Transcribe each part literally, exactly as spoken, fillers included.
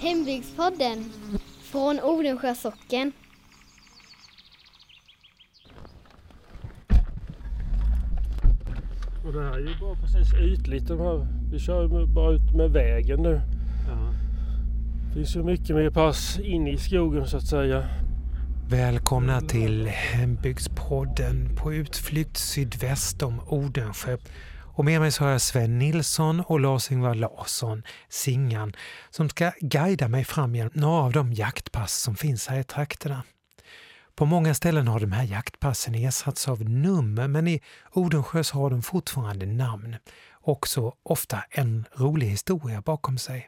Hembygdspodden från Odensjö socken. Och det här är ju bara precis ytligt. De här, vi kör ju bara ut med vägen nu. Ja. Det finns ju mycket mer pass in i skogen så att säga. Välkomna till Hembygdspodden på utflykt sydväst om Odensjö. Och med mig så har jag Sven Nilsson och Lars-Ingvar Larsson, Singan, som ska guida mig fram genom några av de jaktpass som finns här i trakterna. På många ställen har de här jaktpassen ersatts av nummer, men i Odensjö så har de fortfarande namn. Också ofta en rolig historia bakom sig.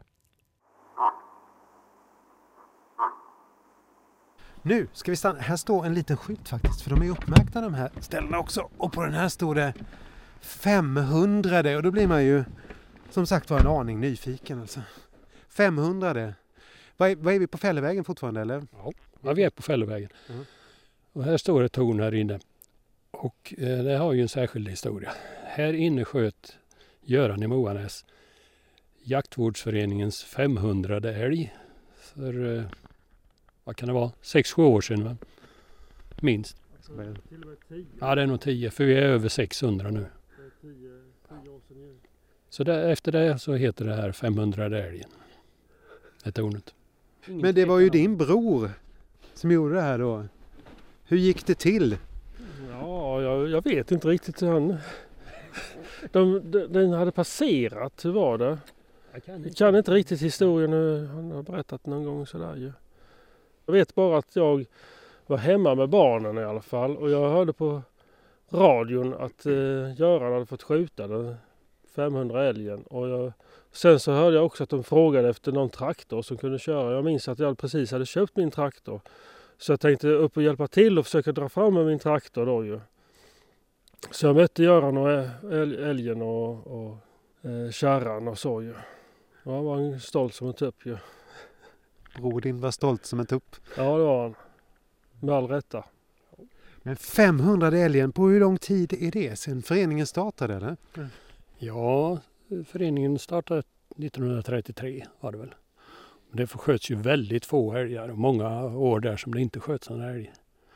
Nu ska vi stanna. Här står en liten skylt faktiskt, för de är uppmärkta de här ställena också. Och på den här står det femhundra, och då blir man ju som sagt var en aning nyfiken alltså. femhundra. Vad är, vad är vi på Fällevägen fortfarande eller? Ja, vi är på Fällevägen. Mm. Och här står ett torn här inne. Och eh, det har ju en särskild historia. Här inne sköt Göran i Moanäs jaktvårdsföreningens femhundrade älg. För, eh, vad kan det vara? sex sju år sedan va? Minst. Ja, det är nog tio, för vi är över sexhundra nu. Så där, efter det så heter det här femhundrade älgen. Det tornet. Men det var ju din bror som gjorde det här då. Hur gick det till? Ja, jag, jag vet inte riktigt hur han... De, de, den hade passerat, hur var det? Jag kan inte, jag kan inte riktigt historien, han har berättat någon gång sådär ju. Jag vet bara att jag var hemma med barnen i alla fall. Och jag hörde på radion att eh, Göran hade fått skjuta den femhundra älgen. Och jag, sen så hörde jag också att de frågade efter någon traktor som kunde köra. Jag minns att jag precis hade köpt min traktor. Så jag tänkte upp och hjälpa till och försöka dra fram med min traktor då ju. Så jag mötte Göran och äl, älgen och, och eh, kärran och så ju. Ja, han var stolt som en tupp ju. Bror din var stolt som en tupp. Ja, det var han. Med all rätta. Men femhundra älgen, på hur lång tid är det sen föreningen startade eller? Mm. Ja, föreningen startade nittonhundratrettiotre var det väl. Det sköts ju väldigt få älgar och många år där som det inte sköts någon älg.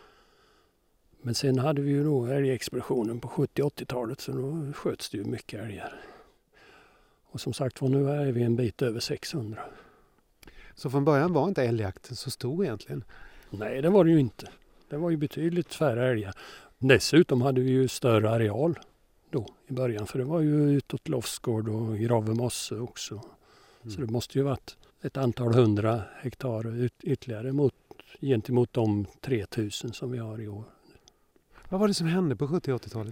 Men sen hade vi ju då älgexpeditionen på sjuttio- åttiotalet så då sköts det ju mycket älgar. Och som sagt var nu är vi en bit över sexhundra. Så från början var inte älgjakten så stor egentligen? Nej, det var det ju inte. Det var ju betydligt färre älgar. Dessutom hade vi ju större areal då i början. För det var ju utåt Lofsgård och Gravemosse också. Mm. Så det måste ju varit ett antal hundra hektar ut, ytterligare mot, gentemot de tre tusen som vi har i år. Vad var det som hände på sjuttio- och åttiotalet?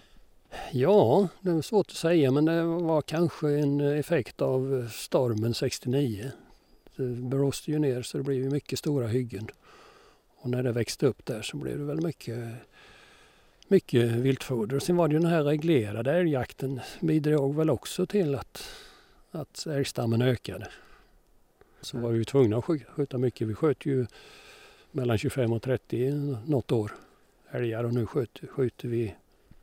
Ja, det är svårt att säga men det var kanske en effekt av stormen sextionio. Det blåste ju ner så det blev ju mycket stora hyggen. Och när det växte upp där så blev det väl mycket, mycket viltfoder. Och sen var det ju den här reglerade älgjakten bidrog väl också till att, att älgstammen ökade. Så var vi ju tvungna att skjuta mycket. Vi sköt ju mellan tjugofem och trettio något år älgar och nu skjuter, skjuter vi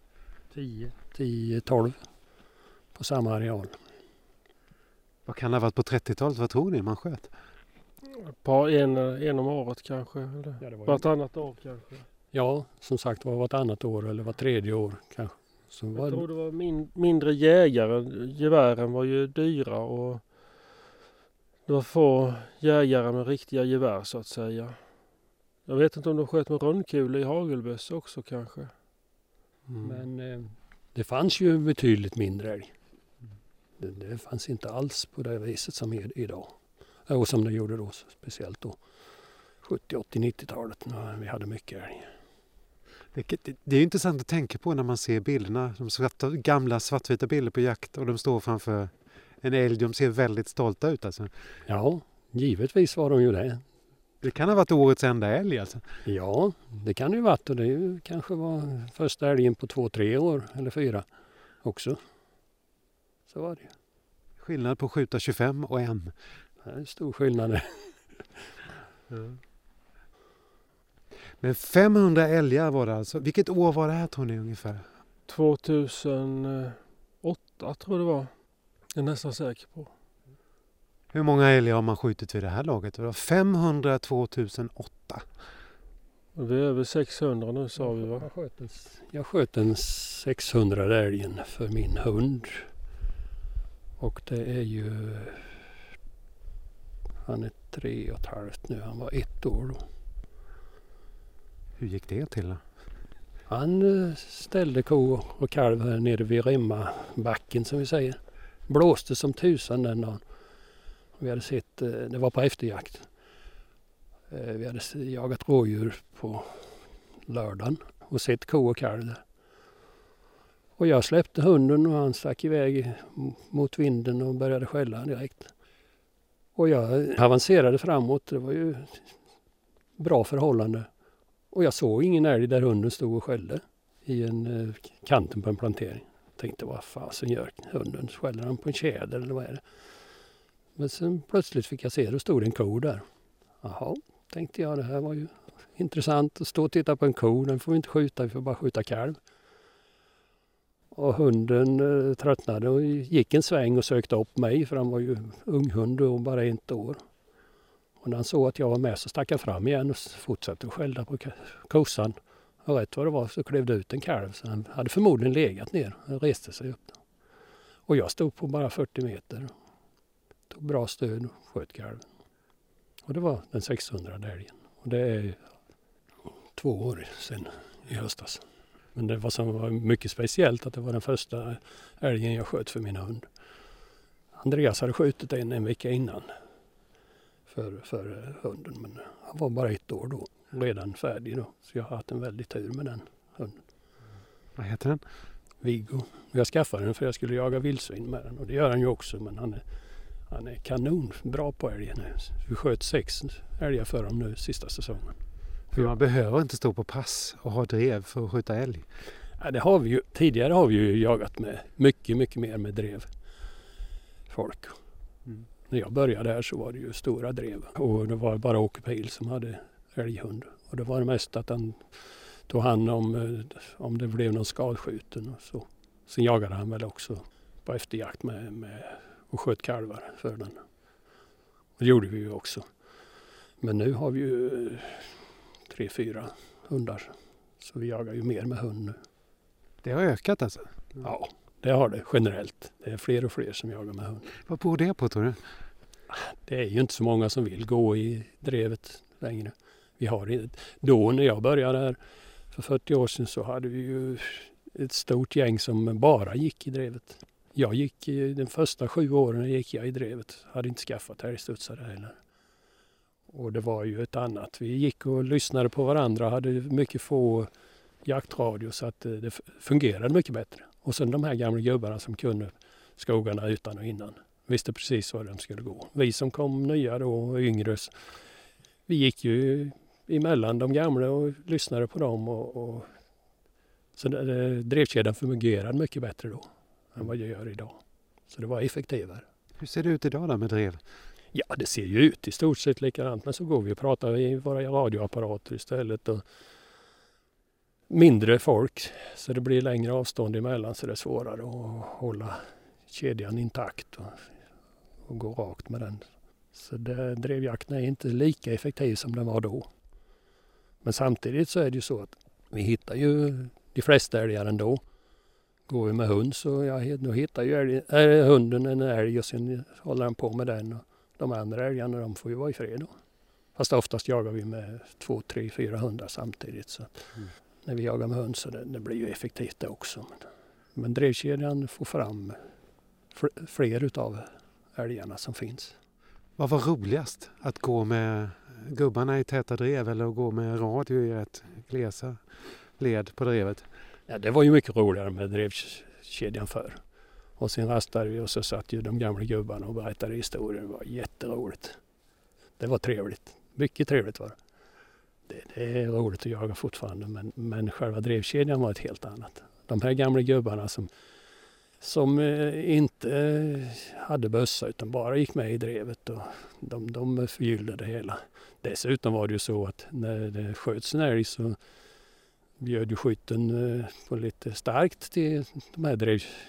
tio tolv på samma areal. Vad kan det ha varit på trettiotalet? Vad tror ni man sköt? På en, en om året kanske. Eller ja, det var vartannat år kanske. Ja, som sagt var vartannat år eller var tredje år kanske. Så jag var tror det var min, mindre jägare. Gevären var ju dyra och det var få jägare med riktiga gevär så att säga. Jag vet inte om de sköt med rundkula i hagelböss också kanske. Mm. Men eh, det fanns ju betydligt mindre älg. Det, det fanns inte alls på det viset som är idag. Och som det gjorde då, speciellt då sjuttio-, åttio-, nittiotalet när vi hade mycket älg. Det, det, det är ju intressant att tänka på när man ser bilderna, de svarta, gamla svartvita bilder på jakt och de står framför en älg. De ser väldigt stolta ut alltså. Ja, givetvis var de ju det. Det kan ha varit årets enda älg alltså. Ja, det kan det ju varit och det ju kanske var första älgen på två, tre år eller fyra också. Så var det ju. Skillnad på skjuta tjugofem och en. Det är stor skillnad. Ja. Men femhundra älgar var det alltså. Vilket år var det här tror ni ungefär? tvåtusenåtta tror jag det var. Jag är nästan säker på. Hur många älgar har man skjutit vid det här laget? Det var femhundra tvåtusenåtta. Vi är över sexhundra nu, sa vi, va? Jag sköt en, jag sköt en sexhundra älgen för min hund. Och det är ju... Han är tre och ett halvt nu. Han var ett år då. Hur gick det till då? Han ställde ko och kalv här nere vid Rimmabacken, som vi säger. Blåste som tusan den dagen. Vi hade sett, det var på efterjakt. Vi hade jagat rådjur på lördagen och sett ko och kalv där. Och jag släppte hunden och han stack iväg mot vinden och började skälla direkt. Och jag avancerade framåt, det var ju bra förhållande. Och jag såg ingen älg där hunden stod och skällde i en kanten på en plantering. Jag tänkte, vad fasen gör hunden? Skäller han på en tjäder eller vad är det? Men sen plötsligt fick jag se, då stod en ko där. Jaha, tänkte jag, det här var ju intressant att stå och titta på en ko. Den får vi inte skjuta, vi får bara skjuta kalv. Och hunden eh, tröttnade och gick en sväng och sökte upp mig, för han var ju unghund och bara ett år. Och när han såg att jag var med så stack han fram igen och fortsatte att skälla på kossan. Och rätt vad det var så klev det ut en kalv, så han hade förmodligen legat ner och reste sig upp. Och jag stod på bara fyrtio meter. Tog bra stöd och sköt kalven. Och det var den sexhundra älgen. Och det är två år sedan i höstas. Men det var som var mycket speciellt att det var den första älgen jag sköt för min hund. Andreas hade skjutit en en vecka innan för, för hunden, men han var bara ett år då, redan färdig då. Så jag har haft en väldigt tur med den hunden. Vad heter den? Viggo. Jag skaffade den för jag skulle jaga vildsvin med den, och det gör han ju också, men han är, han är kanon bra på älgen nu. Vi sköt sex älgar för dem nu sista säsongen. För man behöver inte stå på pass och ha drev för att skjuta älg. Ja, det har vi ju. Tidigare har vi ju jagat med mycket, mycket mer med drev. Folk. Mm. När jag började här så var det ju stora drev. Och det var bara Åke Pil som hade älghund. Och det var det mest att han tog hand om, om det blev någon skadskjuten och så. Sen jagade han väl också på efterjakt med, med och sköt kalvar för den. Det gjorde vi ju också. Men nu har vi ju tre, fyra hundar. Så vi jagar ju mer med hund nu. Det har ökat alltså? Mm. Ja, det har det generellt. Det är fler och fler som jagar med hund. Vad beror det på, tror du? Det är ju inte så många som vill gå i drevet längre. Vi har, då när jag började här för fyrtio år sedan så hade vi ju ett stort gäng som bara gick i drevet. Jag gick i de första sju åren gick jag i drevet. Hade inte skaffat älgstudsare heller. Och det var ju ett annat. Vi gick och lyssnade på varandra och hade mycket få jaktradio så att det fungerade mycket bättre. Och sen de här gamla gubbarna som kunde skogarna utan och innan. Visste precis var de skulle gå. Vi som kom nya då och yngre, vi gick ju emellan de gamla och lyssnade på dem. Och, och, så det, det, drevkedjan fungerade mycket bättre då än vad jag gör idag. Så det var effektivare. Hur ser det ut idag då med drev? Ja, det ser ju ut i stort sett likadant, men så går vi och pratar i våra radioapparater istället. Och mindre folk, så det blir längre avstånd emellan, så det är svårare att hålla kedjan intakt och, och gå rakt med den. Så det, drevjakten är inte lika effektiv som den var då. Men samtidigt så är det ju så att vi hittar ju de flesta älgar ändå. Går vi med hund så ja, då hittar ju älg, äh, hunden en älg och sen håller han på med den. Och de andra älgarna, de får ju vara i fred då. Fast oftast jagar vi med två, tre, fyra hundar samtidigt. Så mm. När vi jagar med hund så det, det blir ju effektivt det också. Men, men drevkedjan får fram fl- fler utav älgarna som finns. Vad var roligast? Att gå med gubbarna i täta drev eller att gå med radio i ett glesa led på drevet? Ja, det var ju mycket roligare med drevkedjan förr. Och sen rastade vi och så satt ju de gamla gubbarna och berättade historier. Det var jätteroligt. Det var trevligt. Mycket trevligt var det. Det, det är roligt att jaga fortfarande, men, men själva drevkedjan var ett helt annat. De här gamla gubbarna som, som eh, inte eh, hade bössa utan bara gick med i drevet och de, de förgyllde det hela. Dessutom var det ju så att när det sköts en älg så bjöd ju skytten eh, på lite starkt till de här drev,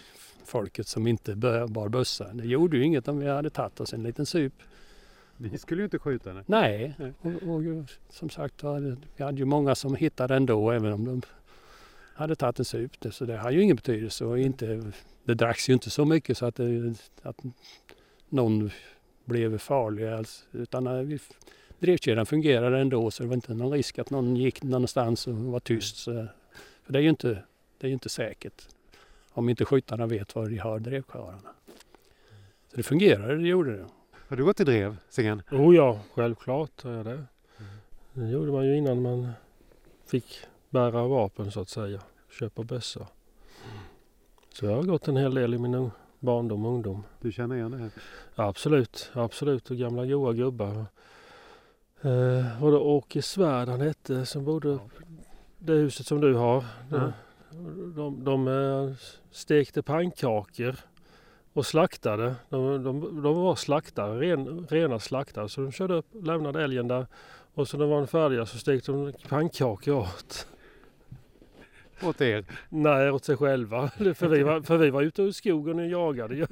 folket som inte bar bössa. Det gjorde ju inget om vi hade tagit oss en liten sup. Ni skulle ju inte skjuta det. Nej, och, och som sagt vi hade ju många som hittade ändå även om de hade tagit en sup. Det, så det har ju ingen betydelse och inte, det dracks ju inte så mycket så att, det, att någon blev farlig alls, utan vi, drevkedjan fungerade ändå så det var inte någon risk att någon gick någonstans och var tyst. Så, för det är ju inte, det är ju inte säkert om inte skyttarna vet var de har drevkarlarna. Så det fungerade, det gjorde det. Har du gått i drev, Singen? Oh ja, självklart har jag det. Det gjorde man ju innan man fick bära vapen så att säga. Köpa bössa. Så jag har gått en hel del i min barndom och ungdom. Du känner igen det här? Absolut, absolut. Och gamla goa gubbar. Eh, och då Åke Svärd han hette som bodde det huset som du har. Ja. De, de, de eh, stekte pannkakor och slaktade. De, de, de var slaktare, ren, rena slaktare. Så de körde upp, lämnade älgen där. Och så när de var färdiga så stekte de pannkakor åt. Åt er? Nej, åt sig själva. För vi var, för vi var ute i skogen och jagade.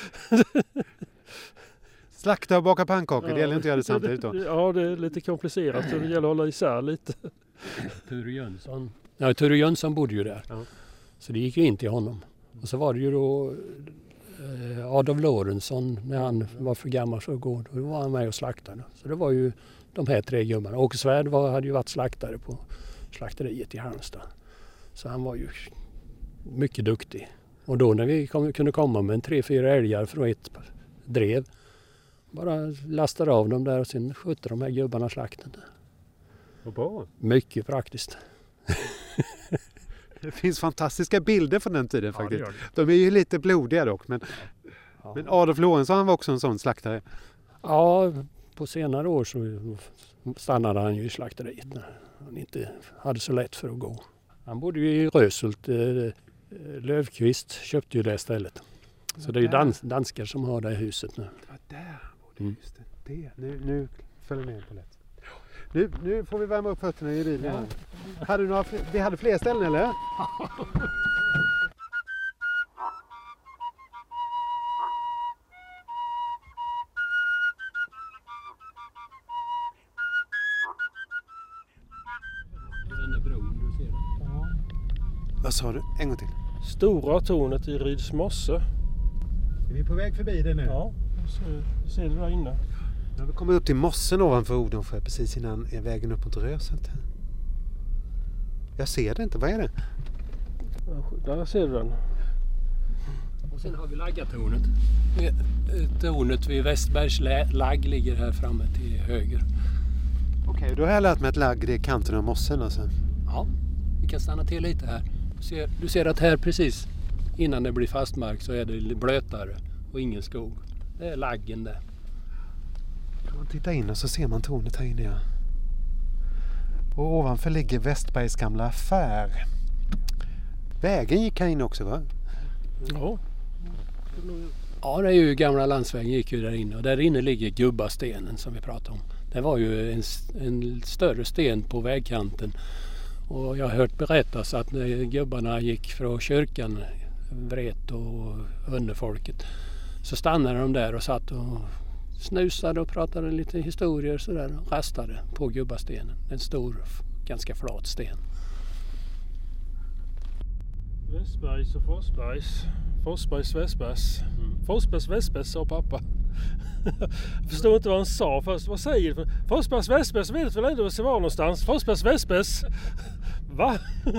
Slakta och baka pannkakor, ja. Det gäller inte att göra det samtidigt då? Ja, det är lite komplicerat. Så det gäller att hålla isär lite. Ture Jönsson. Ja, Ture Jönsson bodde ju där. Ja. Så det gick ju in till honom. Och så var det ju då eh, Adolf Lorentzon när han var för gammal för att gå. Då var han med och slaktade. Så det var ju de här tre gubbarna. Åke Svärd var, hade ju varit slaktare på slakteriet i Halmstad. Så han var ju mycket duktig. Och då när vi kom, kunde komma med en tre, fyra älgar från ett drev. Bara lastade av dem där och sen skötte de här gubbarna slakten. Vad bra. Mycket praktiskt. Det finns fantastiska bilder från den tiden faktiskt. Ja, det det. De är ju lite blodiga dock. Men, ja. men Adolf Lorentzon han var också en sån slaktare. Ja, på senare år så stannade han ju i slakteriet när han inte hade så lätt för att gå. Han bodde ju i Röshult. Löfqvist köpte ju det stället. Så det är ju dans, danskar som har det huset nu. Ja, där bodde mm. just det. det. Nu, nu följer med på lätt. Nu, nu får vi värma upp fötterna i bilen. Ja. Hade du några, vi hade fler ställen eller? Vad sa du? En gång till. Stora tornet i Rydsmosse. Är vi på väg förbi det nu? Ja, så ser du där inne. Nu har vi kommit upp till mossen ovanför Odensjö precis innan vägen upp mot Röset. Jag ser det inte. Vad är det? Där ser du den. Och sen har vi Laggatornet. Tornet vid Västbergs lagg ligger här framme till höger. Okej, okay, då har jag lärt mig att lagg det är kanten av mossen alltså. Ja, vi kan stanna till lite här. Du ser att här precis innan det blir fastmark så är det blötare och ingen skog. Det är laggen där. Kan man titta in och så ser man tornet här inne. Ja. Och ovanför ligger Västbergs gamla affär. Vägen gick här inne också va? Ja. Ja, det är ju gamla landsvägen gick ju där inne. Och där inne ligger Gubbastenen som vi pratade om. Det var ju en, en större sten på vägkanten. Och jag har hört berättas att när gubbarna gick från kyrkan, Vret och underfolket, så stannade de där och satt och snusade och pratade lite historier sådär och rastade på Gubbastenen. En stor, ganska flat sten. Västbergs och Forsbergs. Forsbergs, Västbergs. Mm. Forsbergs, Västbergs sa pappa. Jag förstår inte vad han sa först. Vad säger du? Forsbergs, Västbergs vet väl ändå vad det var någonstans. Forsbergs, Västbergs. Va?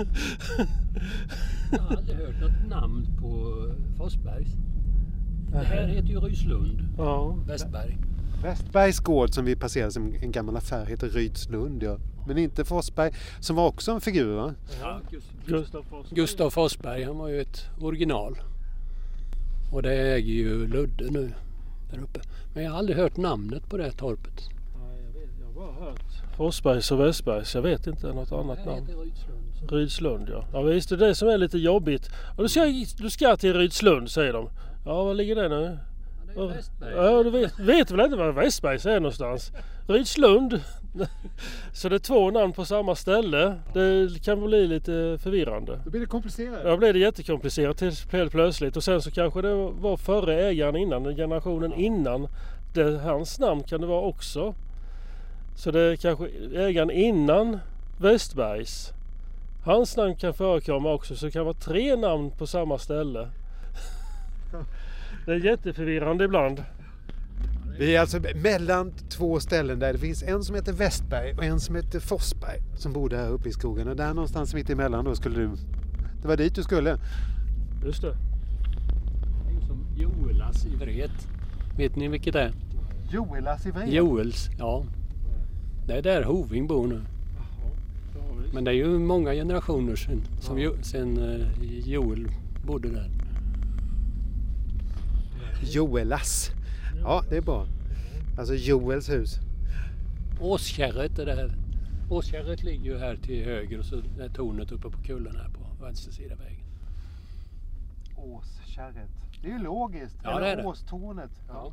Jag har aldrig hört något namn på Forsbergs. Det här heter ju Rydslund. Ja. Västberg. Västbergs gård som vi passerade som en gammal affär heter Rydslund, ja. Men inte Forsberg som var också en figur va? Ja, Gustav Forsberg. Gustav Forsberg, han var ju ett original. Och det äger ju Ludde nu där uppe. Men jag har aldrig hört namnet på det torpet. Nej, jag vet, jag har bara hört Forsbergs och Västbergs. Jag vet inte något annat det namn. Rydslund. Rydslund, ja. Ja visst, det är det som är lite jobbigt. Och du ska, du ska till Rydslund, säger de. Ja, var ligger det nu? Ja, det Ja, ja, du vet, vet väl inte var Westbergs är någonstans? Rydslund. Så det är två namn på samma ställe. Det kan bli lite förvirrande. Då blir det komplicerat. Ja, blev det jättekomplicerat helt plötsligt. Och sen så kanske det var förre ägaren innan, generationen innan. Det, hans namn kan det vara också. Så det är kanske ägaren innan Westbergs. Hans namn kan förekomma också, så det kan vara tre namn på samma ställe. Det är jätteförvirrande ibland. Vi är alltså mellan två ställen där det finns en som heter Westberg och en som heter Forsberg som bodde här uppe i skogen. Och där någonstans mitt emellan då skulle du... Det var dit du skulle. Just det. Det är som Joelas i Vret. Vet ni vilket det är? Joelas i Vret? Joels, ja. Det är där Hoving bor nu. Men det är ju många generationer sedan som jo, sen uh, Joel bodde där. Joelas. Ja, det är bra. Alltså Joels hus. Åskärret är det här. Åskärret ligger ju här till höger och så är tornet uppe på kullen här på vänster sida vägen. Åskärret. Det är ju logiskt. Ja, det är det. Åstornet. Ja.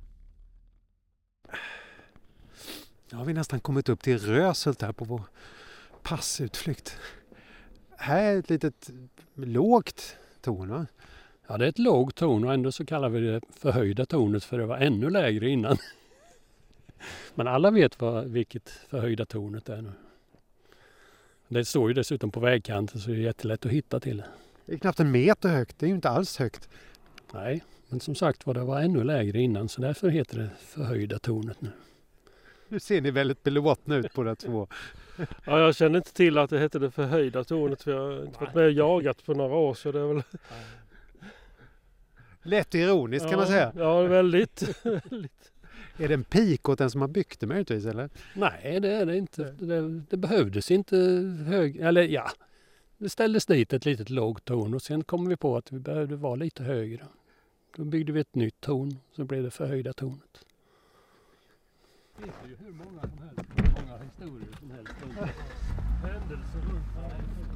Nu har vi nästan kommit upp till Röshult här på vår passutflykt. Här är ett litet lågt torn, va? Ja, det är ett lågt torn och ändå så kallar vi det förhöjda tornet för det var ännu lägre innan. Men alla vet vad, vilket förhöjda tornet är nu. Det står ju dessutom på vägkanten så det är jättelätt att hitta till det. Det är knappt en meter högt, det är ju inte alls högt. Nej, men som sagt var det var ännu lägre innan så därför heter det förhöjda tornet nu. Nu ser ni väldigt belåtna ut båda två. Ja, jag känner inte till att det hette det förhöjda tornet för jag har inte varit med och jagat på några år så det är väl... Lätt ironiskt kan ja, man säga. Ja, väldigt. väldigt. Är det en pik åt den som har byggt det möjligtvis eller? Nej, det är det inte. Det, det behövdes inte hög... Eller ja, det ställdes dit ett litet lågt torn och sen kom vi på att vi behövde vara lite högre. Då byggde vi ett nytt torn så blev det förhöjda tornet. Det finns ju hur många som helst, hur många historier som helst. Händelser runt här.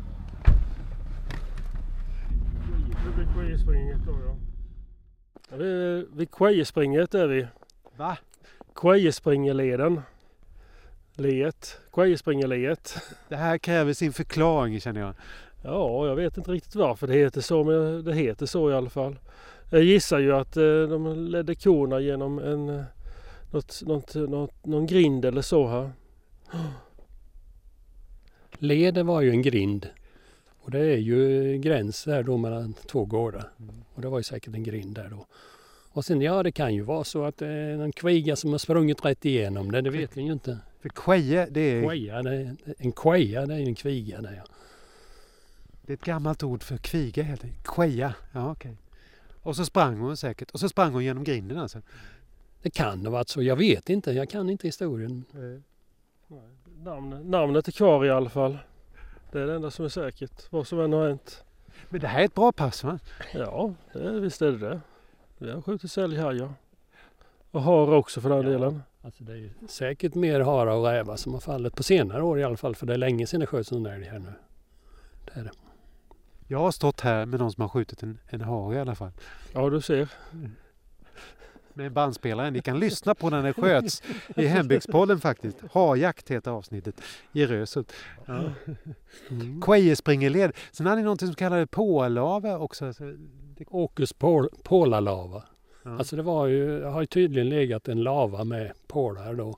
Det blir Kväjespringet då, ja. Ja, vi, vid Kväjespringet är vi. Va? Kväjespringeleden. Leet. Kväjespringeleet. Det här kräver sin förklaring känner jag. Ja, jag vet inte riktigt varför det heter så, men det heter så i alla fall. Jag gissar ju att eh, de ledde korna genom en något, något, något, någon grind eller så här. Leden var ju en grind. Och det är ju gräns där då mellan två gårdar. Mm. Och det var ju säkert en grind där då. Och sen ja, det kan ju vara så att det är en kviga som har sprungit rätt igenom det. Det vet vi ju inte. För kveje, det är... Kveja, det är en kveja, det är ju en kviga där, ja. Det är ett gammalt ord för kviga helt enkelt. Kveja, ja okej. Okay. Och så sprang hon säkert. Och så sprang hon genom grinden alltså. Det kan ha varit så. Jag vet inte. Jag kan inte historien. Nej. Namn, namnet är kvar i alla fall. Det är det enda som är säkert. Vad som än har hänt. Men det här är ett bra pass va? Ja, det, visst är det det. Vi har skjutit sälghajar. Och har också för den ja, delen. Alltså det är säkert mer hara och räva som har fallit på senare år i alla fall. För det är länge sedan det sköts en älg här nu. Det är det. Jag har stått här med någon som har skjutit en, en hare i alla fall. Ja, du ser. Mm. Med bandspelaren. Ni kan lyssna på när den sköts i Hembygdspodden faktiskt. Harjakt heter avsnittet i Röshult. Ja. Mm. Kväjespringeled. Sen hade ni något som kallade pålava också. Åkers pål, pålalava. Ja. Alltså det var ju, har ju tydligen legat en lava med pålar då.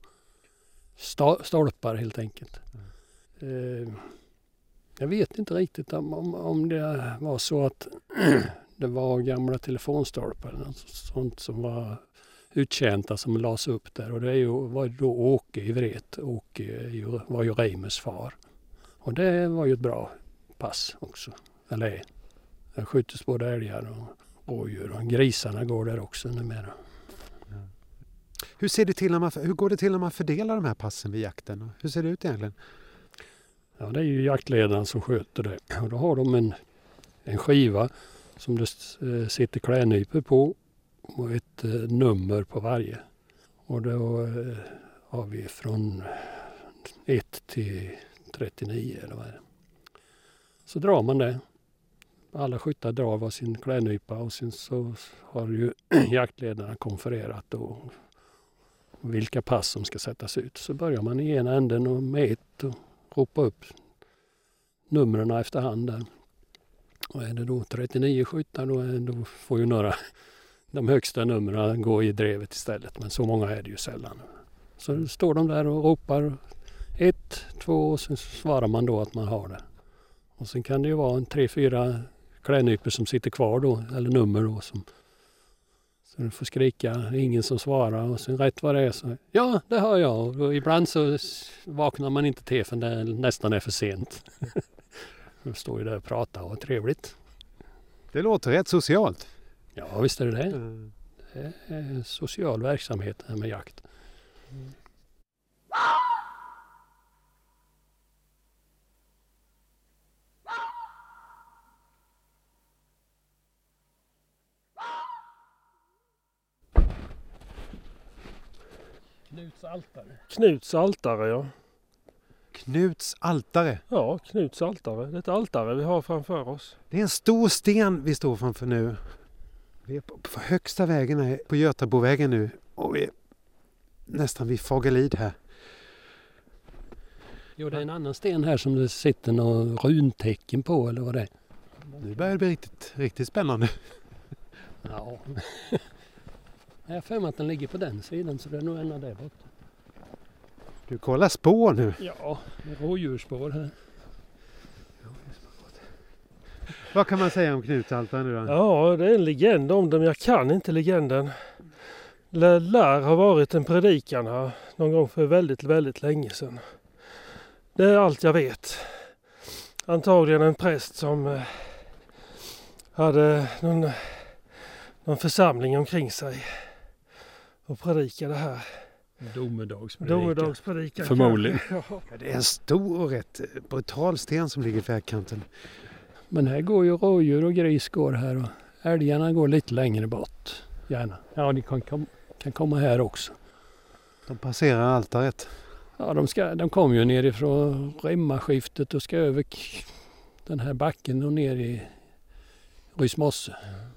Sta, stolpar helt enkelt. Mm. Eh, jag vet inte riktigt om, om, om det var så att det var gamla telefonstolpar eller något sånt som var uttjänta som lades upp där. Och det är ju, var då Åke i Vret. Åke var ju Reimers far. Och det var ju ett bra pass också. Eller det skjuts både älgar och rådjur. Och grisarna går där också numera. Ja. Hur, ser det till när man, hur går det till när man fördelar de här passen vid jakten? Hur ser det ut egentligen? Ja, det är ju jaktledaren som sköter det. Och då har de en, en skiva som det sitter klädnypor på och ett eh, nummer på varje. Och då eh, har vi från ett till trettionio eller vad är det. Så drar man det. alla skyttar drar var sin klädnypa och sen så har ju jaktledarna konfererat då vilka pass som ska sättas ut. Så börjar man i ena änden och med ett och ropa upp numren efterhand där. Och är det då trettionio skyttar då, är, då får ju några, de högsta numren gå i drevet istället. Men så många är det ju sällan. Så står de där och ropar ett, två och sen svarar man då att man har det. Och sen kan det ju vara en tre, fyra klädnypor som sitter kvar då, eller nummer då. Som, så du får skrika, det är ingen som svarar och sen rätt vad det är så, ja det har jag. Och ibland så vaknar man inte till för det nästan är för sent. Då står ju där och pratar och trevligt. Det låter rätt socialt. Ja visst är det det. Mm. Det är en social verksamhet här med jakt. Mm. Knuts altare. Knuts altare, ja. Knuts altare? Ja, Knuts altare. Det är ett altare vi har framför oss. Det är en stor sten vi står framför nu. Vi är på, på högsta vägen här, på Götabovägen nu. Och vi är nästan vid Fagerlid här. Jo, det är en annan sten här som det sitter någon runtecken på, eller vad det är. Nu börjar det bli riktigt, riktigt spännande. Ja. Jag har för mig att den ligger på den sidan, så det är nog en av där borta. Du kollar spår nu. Ja, rådjursspår här. Vad kan man säga om Knutsaltaren nu då? Ja, det är en legend om dem. Jag kan inte legenden. Det lär ha varit en predikan här någon gång för väldigt, väldigt länge sedan. Det är allt jag vet. Antagligen en präst som eh, hade någon, någon församling omkring sig och predikade här. Domedagspredikan. Domedagspredikan. Förmodligen. Ja, det är en stor och rätt brutal sten som ligger i vägkanten. Men här går ju rådjur och gris går här och älgarna går lite längre bort. Gärna. Ja, de kan, kom, kan komma här också. De passerar altaret. Ja, de, ska, de kommer ju nerifrån Rimmaskiftet och ska över den här backen och ner i Rysmosse.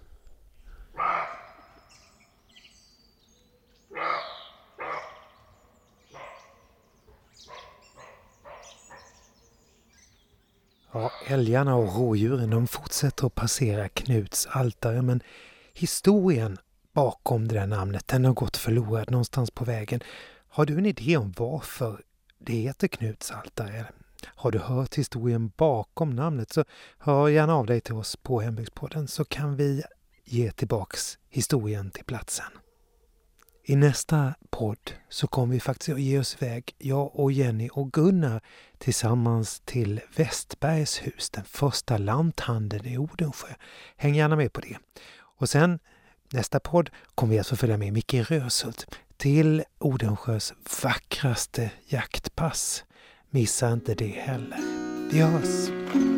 Ja, älgarna och rådjuren de fortsätter att passera Knuts altare, men historien bakom det där namnet den har gått förlorad någonstans på vägen. Har du en idé om varför det heter Knuts altare? Har du hört historien bakom namnet så hör gärna av dig till oss på Hembygdspodden så kan vi ge tillbaks historien till platsen. I nästa podd så kommer vi faktiskt att ge oss iväg, jag och Jenny och Gunnar tillsammans till Westbergs hus, den första lanthandeln i Odensjö. Häng gärna med på det. Och sen nästa podd kommer vi att få följa med Micke Röshult till Odensjös vackraste jaktpass. Missa inte det heller. Vi hörs!